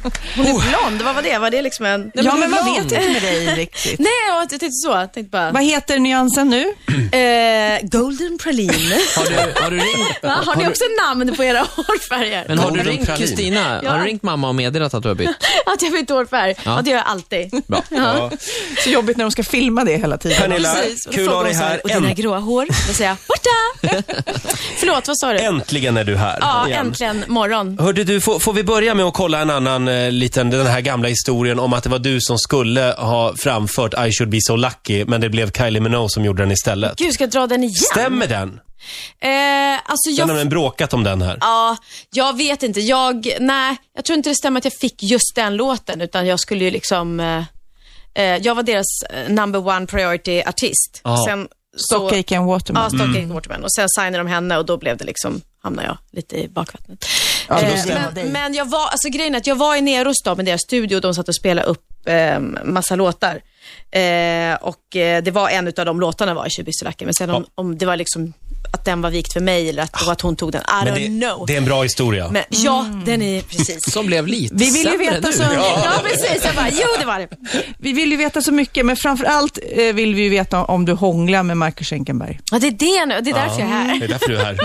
Hon är blond, vad var det? Var det liksom en... Ja, men vad vet inte med dig riktigt? Nej, jag tänkte så. Jag tänkte bara... Vad heter nyansen nu? Golden Praline. Har du ringt? Har ni också namn på era hårfärger? Men har du Golden ringt Praline. Kristina? Har du ringt mamma och meddelat att du har bytt? Att jag bytt hårfärg? Ja, det gör jag alltid. Bra. Ja. Så jobbigt när de ska filma det hela tiden. Pernilla, Precis. kul att ha dig här. Och dina gråa hår. Då säger jag, borta! Förlåt, vad sa du? Äntligen är du här. Ja, igen. äntligen morgon. Hörde du, får vi börja med att kolla en annan den här gamla historien om att det var du som skulle ha framfört I should be so lucky, men det blev Kylie Minogue som gjorde den istället. Gud, ska jag dra den igen? Stämmer den? Alltså Jag har nämligen bråkat om den här. Ja, jag vet inte. Jag tror inte det stämmer att jag fick just den låten, utan jag skulle ju liksom... jag var deras number one priority artist. Ja. Sen Stockcake and Waterman. Ja, Stockcake and Waterman. Och sen signade de henne och då blev det liksom, hamnade jag lite i bakvattnet. Ja, då stämmer dig. Men jag var, alltså grejen är att jag var i Neros då med deras studio och de satt och spelade upp massa låtar. Och det var en av de låtarna var i Tjubisselacke. Men sen om det var liksom att den var vikt för mig eller att hon tog den, I don't know. Det är en bra historia. Men ja, den är precis. Som blev lite Vi vill ju sämre veta nu. så... Ja, precis. Jag bara, jo, det var det. Vi vill ju veta så mycket, men framförallt vill vi ju veta om du hånglar med Marcus Schenkenberg. Ja, det är det nu. Det är därför jag är här. Det är därför du är här.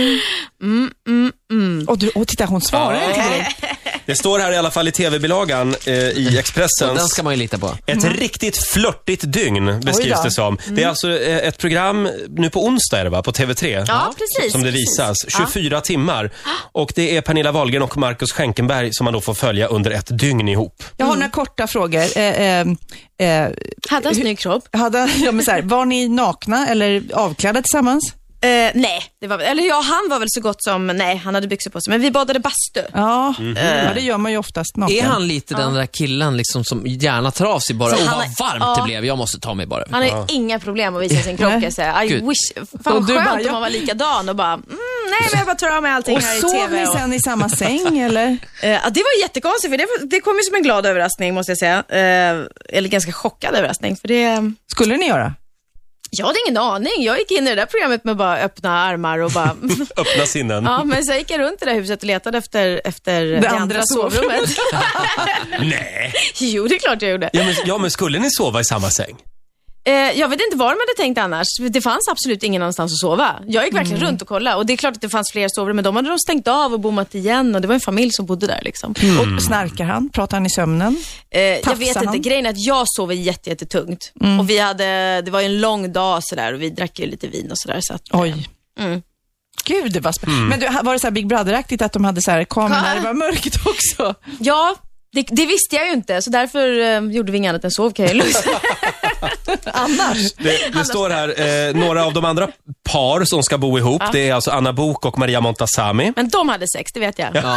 Och titta, hon svarar inte dig. Det står här i alla fall i tv-bilagan i Expressen. Och den ska man ju lita på. Ett riktigt flörtigt dygn beskrivs det som. Det är alltså ett program nu på onsdag är det, va? På TV3. Ja, precis. Som det visas. 24 timmar. Och det är Pernilla Wahlgren och Marcus Schenkenberg som man då får följa under ett dygn ihop. Jag har några korta frågor. Hade han snygg kropp? Var ni nakna eller avklädda tillsammans? Nej, det var, han var väl så gott som, nej, han hade byxor på sig. Men vi badade bastu. Ja, ja, det gör man ju oftast naken. Är han lite den där killen liksom som gärna tar av sig bara, Så vad han varmt det blev, jag måste ta mig bara. Han har ju inga problem att visa sin kropp. Jag säger, I Gud. wish, fan vad skönt om man var likadan och bara, nej men jag bara tar av mig allting och här i sov TV. ni sen i samma säng eller? Ja, det var jättekonstigt för det kom ju som en glad överraskning måste jag säga. Eller ganska chockad överraskning för det... Skulle ni göra? Jag hade ingen aning. Jag gick in i det där programmet med bara öppna armar och bara... Öppna sinnen. Ja, men så gick jag runt i det där huset och letade efter det andra sovrummet. Nej. Jo, det är klart jag gjorde. Ja, men skulle ni sova i samma säng? Jag vet inte vad de hade tänkt annars. Det fanns absolut ingen annanstans att sova. Jag gick verkligen runt och kollade. Och det är klart att det fanns fler sovrum, men de hade stängt av och bommat igen. Och det var en familj som bodde där liksom. Och snarkar han? Pratar han i sömnen? Jag vet inte. Grejen är att jag sover jättetungt. Och det var ju en lång dag sådär. Och vi drack ju lite vin och sådär. Så att, oj. Gud, det var spännande. Men var det så här Big Brother-aktigt att de hade så här kameror när det var mörkt också? Ja, det visste jag ju inte. Så därför gjorde vi inget annat än sov, kan jag lust. Annars? Det står här, några av de andra par som ska bo ihop. Det är alltså Anna Bok och Maria Montazami. Men de hade sex, det vet jag. Ja.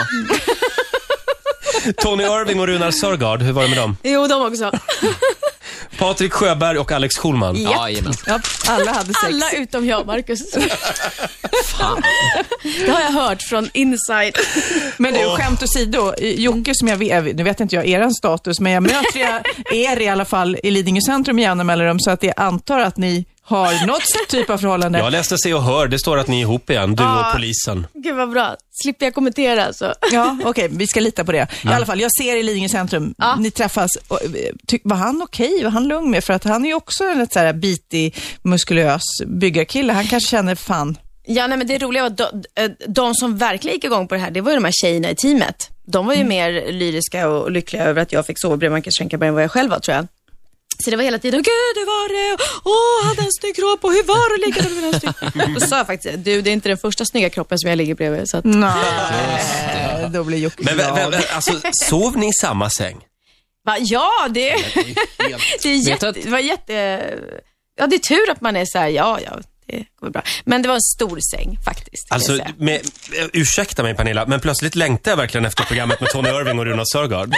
Tony Irving och Runar Sörgard, hur var det med dem? Jo, de också. Patrik Sjöberg och Alex Schulman. Ja, Ja, alla hade sex. Alla utom jag, Marcus. Fan. Det har jag hört från inside. Men du, skämt åsido, Jocke som jag vet, nu vet inte jag er status, men jag möter er i alla fall i Lidingö centrum i jämna mellanrum, så att jag antar att ni har något typ av förhållande. Jag läste Se och Hör, det står att ni är ihop igen, du och polisen. Gud vad bra, slipper jag kommentera så. Ja, okej, vi ska lita på det. I alla fall, jag ser i Lidingö centrum, ni träffas. Och, var han okej? Var han lugn med? För att han är ju också en rätt så här bitig, muskulös byggarkille. Han kanske känner fan. Ja, nej, men det roliga var att de som verkligen gick igång på det här, det var ju de här tjejerna i teamet. De var ju mer lyriska och lyckliga över att jag fick sova bredvid Marcus Schenkenberg än vad jag själv var, tror jag. Så det var hela tiden, gud det var det, hade en snygg kropp och hur var det likadant med den snygg? Då sa jag faktiskt, du det är inte den första snygga kroppen som jag ligger bredvid. Så att... Nej, då blir Jocke Men glad. alltså, sov ni i samma säng? Va? Ja, det var jätte... Ja, det är tur att man är så här, ja, det går bra. Men det var en stor säng faktiskt. Alltså, ursäkta mig Pernilla, men plötsligt längtar jag verkligen efter programmet med Tony Irving och Runar Sörgard.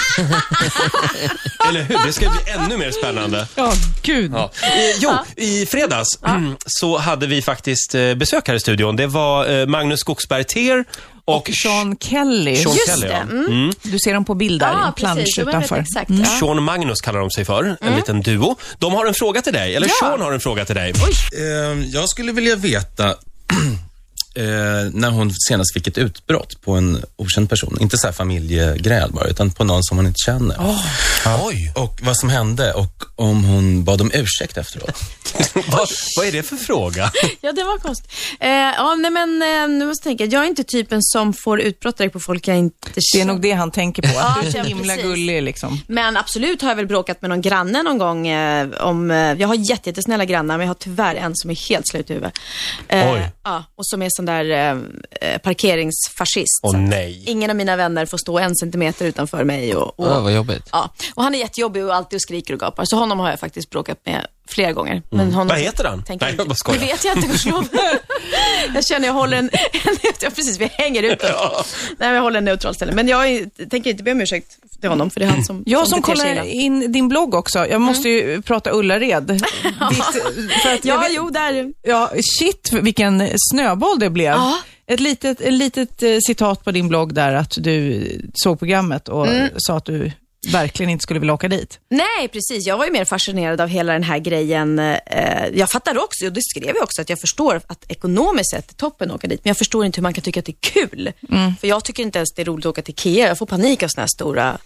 Eller hur? Det ska bli ännu mer spännande. Ja, gud. Ja. I fredags så hade vi faktiskt besök här i studion. Det var Magnus Skogsberg-Ter och Sean Kelly. Just Kelly, det. Du ser dem på bilder, en plansch utanför. Exakt, Sean Magnus kallar de sig för, en liten duo. De har en fråga till dig, eller Sean har en fråga till dig. Jag skulle vilja veta när hon senast fick ett utbrott på en okänd person. Inte så här familjegräl bara, utan på någon som hon inte känner. Oj. Och vad som hände och om hon bad om ursäkt efteråt. Vad är det för fråga? Ja, det var konstigt. Nu måste jag tänka. Jag är inte typen som får utbrott direkt på folk jag inte Det är känner. nog det han tänker på. Att du är så ja, himla precis. gullig liksom. Men absolut har jag väl bråkat med någon granne någon gång jag har jättesnälla grannar, men jag har tyvärr en som är helt slut i huvudet. Oj. Ja, och som är sån där parkeringsfascist. Åh Så att nej. ingen av mina vänner får stå 1 centimeter utanför mig. Vad jobbigt. Ja, och han är jättejobbig och alltid och skriker och gapar. Så honom har jag faktiskt bråkat med flera gånger. Men honom Vad heter han? tänker Nej, inte- jag bara skojar. Det vet jag inte, förslov. Jag känner jag håller en ja, precis, vi hänger ut. Nej, men jag håller en neutral ställe. Men tänker inte be om ursäkt till honom, för det är han som Jag som beter sig kollar illa. in din blogg också. Jag måste ju prata Ullared. För att jag vet- där. Ja, shit vilken snöboll det blev. Ja. Ett litet citat på din blogg där att du såg programmet och sa att du verkligen inte skulle vilja åka dit. Nej, precis. Jag var ju mer fascinerad av hela den här grejen. Jag fattar också, och det skrev jag också, att jag förstår att ekonomiskt sett är toppen att åka dit. Men jag förstår inte hur man kan tycka att det är kul. För jag tycker inte ens det är roligt att åka till Ikea. Jag får panik av såna här stora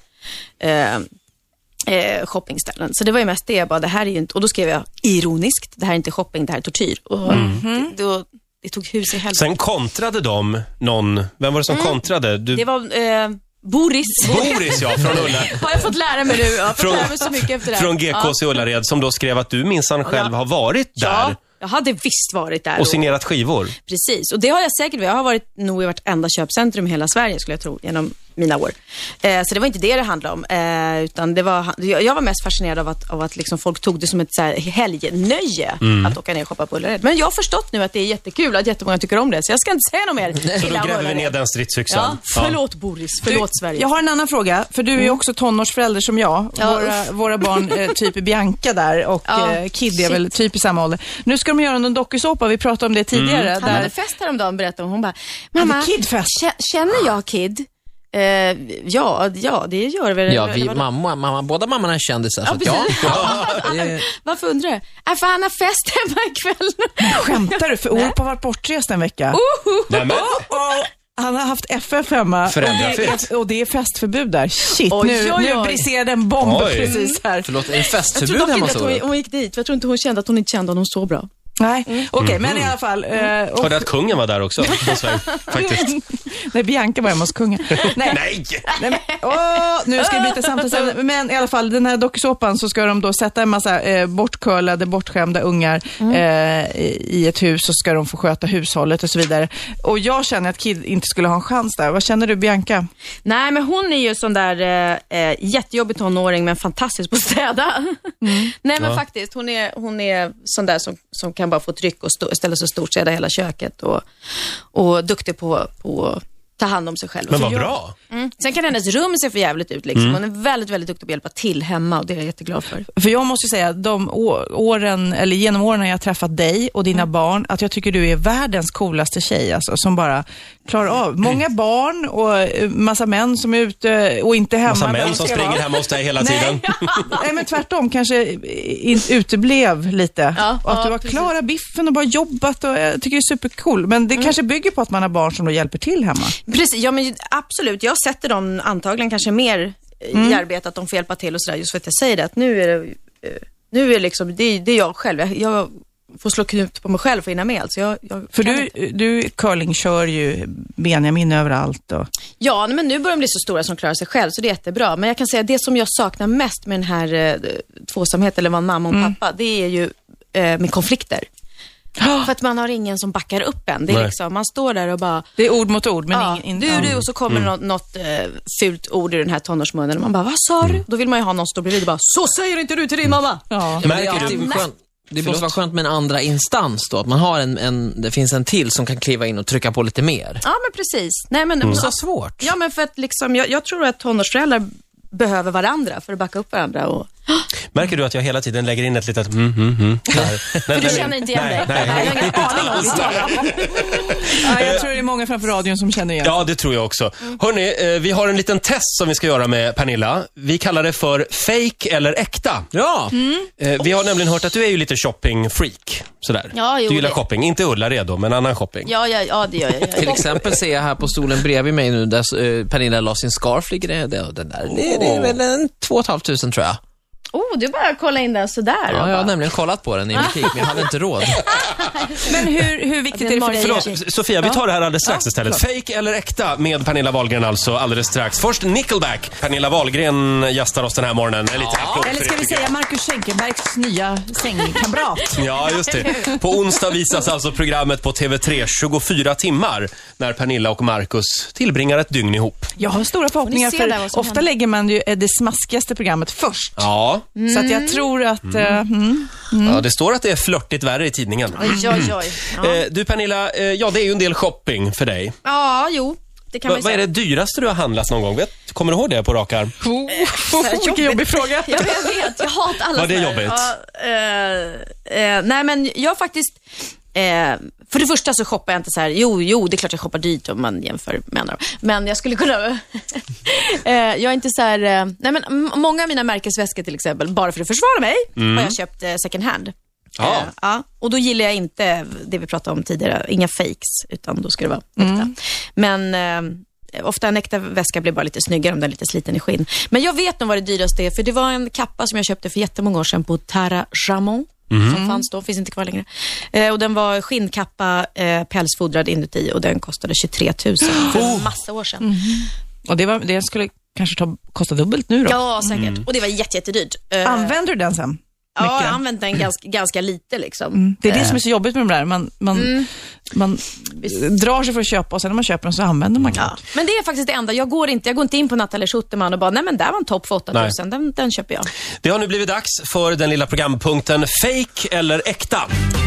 shoppingställen. Så det var ju mest det. Det här är ju inte, och då skrev jag ironiskt, det här är inte shopping, det här är tortyr. Och det tog hus i helvete. Sen kontrade de någon... Vem var det som kontrade? Det var... Boris. Boris, ja, från Ullared. Har jag fått lära mig nu. Jag har fått lära mig så mycket efter det här. Från GKs i Ullared, som då skrev att du minsann själv har varit där Ja, jag hade visst varit där. och signerat skivor. Precis, och det har jag säkert. Jag har varit nog i vartenda köpcentrum i hela Sverige, skulle jag tro, genom mina år. Så det var inte det handlade om. Utan det var, jag var mest fascinerad av att liksom folk tog det som ett så här helgnöje att åka ner och shoppa på Ullared. Men jag har förstått nu att det är jättekul, att jättemånga tycker om det. Så jag ska inte säga något mer. Så då gräver vi ner den stridsyxan. Ja, förlåt Boris, förlåt Sverige. Jag har en annan fråga, för du är ju också tonårsförälder som jag. Ja, Våra barn, typ Bianca där och Kid är väl typ i samma ålder. Nu ska de göra någon dokusåpa, vi pratade om det tidigare. Han hade fest häromdagen, berättade hon. Hon bara, mamma, Kidfest. Känner jag Kid? Ja, det gör väl. Ja, eller vadå? båda mammorna är kändisar. Så att precis. det- Varför undrar du? För han har fest hemma ikväll. Skämtar du? För Orup har varit bortrest en vecka. Nej, men, Han har haft FF hemma Föräldrafritt. och det är festförbud där. Shit, Oj, nu oj, oj. briserade en bomb Oj. precis här. Förlåt, är det Jag tror festförbud dock hemma inte hos att Orup? hon gick dit. För jag tror inte hon kände att hon inte kände honom så bra. Nej, okej, men i alla fall. hörde att kungen var där också. Faktiskt. Nej, Bianca var hemma hos kungen. Nej. Nej! Nej, men, nu ska vi byta samtalsämne. Men i alla fall, den här dokusåpan så ska de då sätta en massa bortcurlade, bortskämda ungar i ett hus och ska de få sköta hushållet och så vidare. Och jag känner att Kid inte skulle ha en chans där. Vad känner du, Bianca? Nej, men hon är ju sån där jättejobbig tonåring, men fantastisk på att städa. Nej, men faktiskt, hon är sån där som kan bara få tryck och ställa sig stort, städa hela köket och duktig på att ta hand om sig själv. Men vad bra. Sen kan hennes rum se för jävligt ut liksom. Hon är väldigt, väldigt duktig på att hjälpa till hemma, och det är jag jätteglad för. För jag måste säga, genom åren när jag har träffat dig och dina barn, att jag tycker du är världens coolaste tjej, alltså, som bara klarar av. Många barn och massa män som är ute och inte hemma. Massa men män som ska springer vara. hemma hos dig hela tiden. Nej, men tvärtom, kanske uteblev lite. Ja, och att du har precis. klarat biffen och bara jobbat, och jag tycker det är supercool. Men det kanske bygger på att man har barn som då hjälper till hemma. Precis, ja men absolut. Jag sätter dem antagligen kanske mer i arbete, att de får hjälpa till och sådär. Just för att jag säger det, att nu är det liksom, det är jag själv. Jag får slå knut på mig själv för att hinna med allt. Så jag För kan inte. du curling kör ju Benjamin överallt. Och... Ja, men nu börjar de bli så stora som klarar sig själv, så det är jättebra. Men jag kan säga, det som jag saknar mest med den här tvåsamhet, eller vad mamma och pappa, det är ju med konflikter. För att man har ingen som backar upp en. Det är liksom, man står där och bara... Det är ord mot ord, men du, och så kommer något fult ord i den här tonårsmunnen och man bara, vad sa du? Då vill man ju ha någon stå bredvid och bara, så säger inte du till din mamma. Ja. Ja, men det är Märker alltid du- skönt. Det måste vara skönt med en andra instans då, att man har det finns en till som kan kliva in och trycka på lite mer. Ja, men precis. Nej, men Så svårt. Ja, men för att liksom, jag tror att tonårsföräldrar behöver varandra för att backa upp varandra. Märker du att jag hela tiden lägger in ett litet där? För du känner inte igen dig. Nej. Jag har ingen aning om vad vi talar om. Ja, jag tror det är många framför radion som känner igen. Ja, det tror jag också. Hörrni, vi har en liten test som vi ska göra med Pernilla. Vi kallar det för fake eller äkta. Ja. Vi har nämligen hört att du är ju lite shopping-freak. Sådär. Ja, jo, du gillar det- shopping. Inte Ullared då, men annan shopping. Ja, det gör jag. Till exempel ser jag här på stolen bredvid mig nu där Pernilla la sin scarf ligger det och den där. Det är väl en 2 500 tror jag. Du bara kolla in den sådär. Ja, jag har nämligen kollat på den i butik, men jag hade inte råd. Men hur viktigt är det för dig? Förlåt, Sofia, vi tar det här alldeles strax istället. Fake eller äkta med Pernilla Wahlgren alltså alldeles strax. Först Nickelback. Pernilla Wahlgren gästar oss den här morgonen. En liten applåd för Eller det, ska vi tycker jag. säga Marcus Schenkenbergs nya sängkamrat? Ja, just det. På onsdag visas alltså programmet på TV3 24 timmar när Pernilla och Marcus tillbringar ett dygn ihop. Jag har stora förhoppningar Får ni se där för vad som ofta händer? lägger man ju det smaskigaste programmet först. Ja. Så att jag tror att... Ja, det står att det är flörtigt värre i tidningen. Oj. Ja. Du Pernilla, det är ju en del shopping för dig. Ja, jo. Det kan man Vad är det dyraste du har handlat någon gång? Kommer du ihåg det på rak arm? Vilken jobbig fråga. Jag vet. Jag hatar alla Var det såna här. jobbigt? Ja, nej, men jag faktiskt... för det första så shoppar jag inte så här. Jo, det är klart jag shoppar dyrt om man jämför med andra. Men jag skulle kunna... jag är inte så här... nej, men många av mina märkesväskor till exempel, bara för att försvara mig, har jag köpt second hand. Ja. Ja, och då gillar jag inte det vi pratade om tidigare. Inga fakes, utan då ska det vara äkta. Men ofta en äkta väska blir bara lite snyggare om den är lite sliten i skinn. Men jag vet nog vad det dyraste är, för det var en kappa som jag köpte för jättemånga år sedan på Tara Jamon. Som fanns då, finns inte kvar längre. Och den var skinnkappa, pälsfodrad inuti, och den kostade 23 000 för en massa år sedan. Och det skulle kanske kosta dubbelt nu då? Ja, säkert. Och det var jättedyrt. Använder du den sen? Ja, jag Mycket? har använt den ganska lite liksom. Det är det som är så jobbigt med de där. Man drar sig för att köpa, och sen när man köper den så använder man knappt. Men det är faktiskt det enda. Jag går inte in på Natalie Schutterman och bara, nej men där var en topp för 8 000. Den köper jag. Det har nu blivit dags för den lilla programpunkten Fake eller äkta.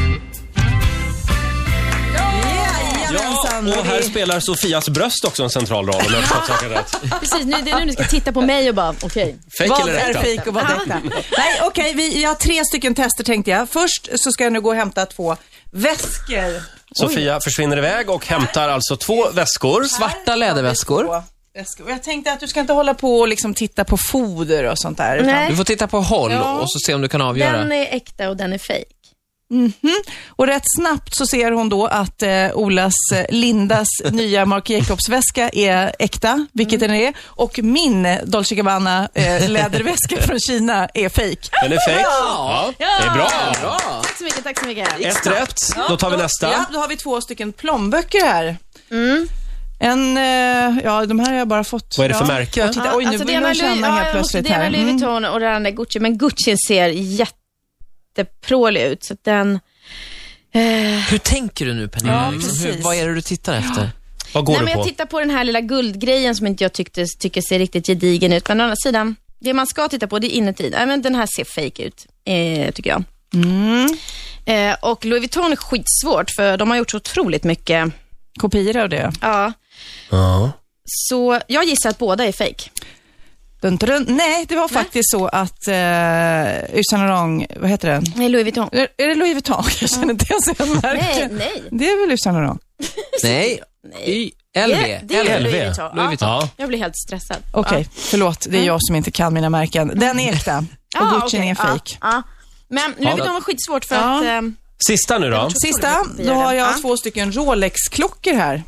Ja, och här spelar Sofias bröst också en central roll, om jag har förstått saken rätt. Precis, det är nu ni ska titta på mig och bara, okej. Fake Vad eller är äkta? fake och vad är äkta? Nej, okej, vi har 3 stycken tester tänkte jag. Först så ska jag nu gå och hämta 2 väskor. Sofia försvinner iväg och hämtar alltså 2 väskor. Svarta läderväskor. 2 väskor. Och jag tänkte att du ska inte hålla på och liksom titta på foder och sånt där. Nej. Du får titta på håll och så se om du kan avgöra. Den är äkta och den är fake. Och rätt snabbt så ser hon då att Lindas nya Marc Jacobs-väska är äkta, vilket den är. Och min Dolce Gabbana läderväska från Kina är fake. Den är fake. Ja, det är bra. Tack så mycket. Ett rätt. Då tar vi nästa. Ja, då har vi 2 stycken plånböcker här. En, de här har jag bara fått. Vad är det för märke? Och titta, oj, nu vill man känna helt plötsligt det är här. Louis Vuitton och den är Gucci. Men Gucci ser jätteprålig ut. Så den... Hur tänker du nu, Pernilla? Ja, Liksom, precis. vad är det du tittar efter? Vad går Nej, du men på? jag tittar på den här lilla guldgrejen som inte jag tycker ser riktigt gedigen ut. Men å andra sidan, det man ska titta på, det är inuti. Nej, men den här ser fake ut, tycker jag. Och Louis Vuitton är skitsvårt, för de har gjort så otroligt mycket. Kopior av det. Ja. Ja. Så jag gissar att båda är fake. Nej, det var faktiskt så att Yves Saint Laurent, vad heter den? Nej, Louis Vuitton. Är det Louis Vuitton? Jag känner inte ens igen märket. Nej. Det är väl Yves Saint Laurent? Nej. LV. Det är LV. Louis Vuitton. Louis Vuitton. Ja. Jag blir helt stressad. Okej, förlåt. Det är jag som inte kan mina märken. Den är äkta. Och Gucci är fake. Ja. Men Louis Vuitton var skitsvårt för Ja. att... Sista nu då. Sista, då har jag 2 stycken Rolex-klockor här.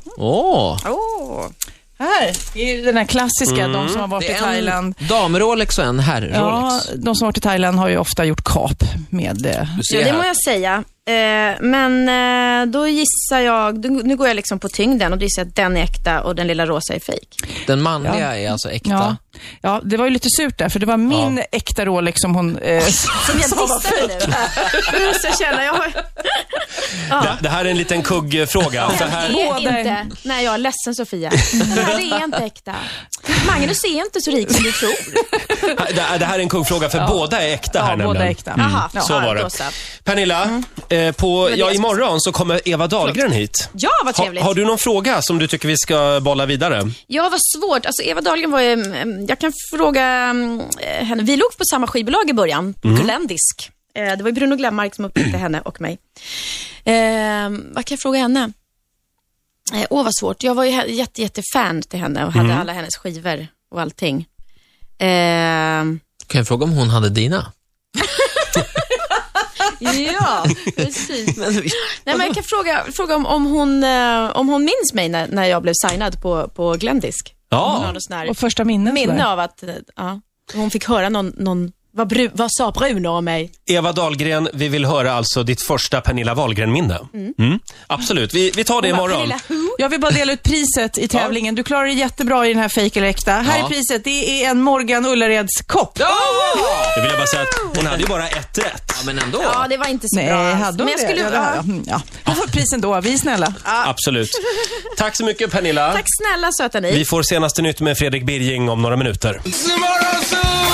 Här är den här klassiska, de som har varit Det i är Thailand. en damrolex och en herrrolex. Ja, de som har varit i Thailand har ju ofta gjort kap med Du Ja, ser det här. må jag säga. Men då gissar jag, nu går jag liksom på tyngden och då gissar jag att den är äkta och den lilla rosa är fake. Den manliga är alltså äkta. Ja, det var ju lite surt där, för det var min äkta Rolex som hon... Som jag dissade nu. Så jag känner, jag har... Det här är en liten kuggfråga. För Det här, är inte... Nej, jag är ledsen Sofia. Det här är inte äkta. Magnus är inte så rik som du tror. det här är en kuggfråga, för båda är äkta här Ja, båda nämligen. är äkta. Aha, Så var då det. så. Pernilla, imorgon så kommer Eva Dahlgren hit. Ja, vad trevligt. Har du någon fråga som du tycker vi ska bolla vidare? Ja, vad svårt. Alltså Eva Dahlgren var ju... Jag kan fråga henne. Vi låg på samma skivbolag i början, på Glendisk. Det var ju Bruno Glenmark som upptäckte henne och mig. Vad kan jag fråga henne? Vad svårt. Jag var ju jättefan till henne och hade alla hennes skivor och allting. Kan jag fråga om hon hade dina? Ja, precis. Nej, men jag kan fråga om hon minns mig när jag blev signad på Glendisk. Ja. Och första minne av att hon fick höra någon vad sa Bruno om mig? Eva Dahlgren, vi vill höra alltså ditt första Pernilla Wahlgren-minne. Absolut, vi tar det imorgon. Jag vill bara dela ut priset i tävlingen. Du klarar det jättebra i den här fake eller äkta. Här är priset, det är en Morgan Ullareds kopp. Jag vill bara säga att hon hade ju bara ett rätt. Ja, men ändå. Ja, det var inte så bra. Hade hon men jag skulle... Hon får prisen då, vi är snälla. Absolut. Tack så mycket, Pernilla. Tack snälla, söta ni. Vi får senaste nytt med Fredrik Birging om några minuter.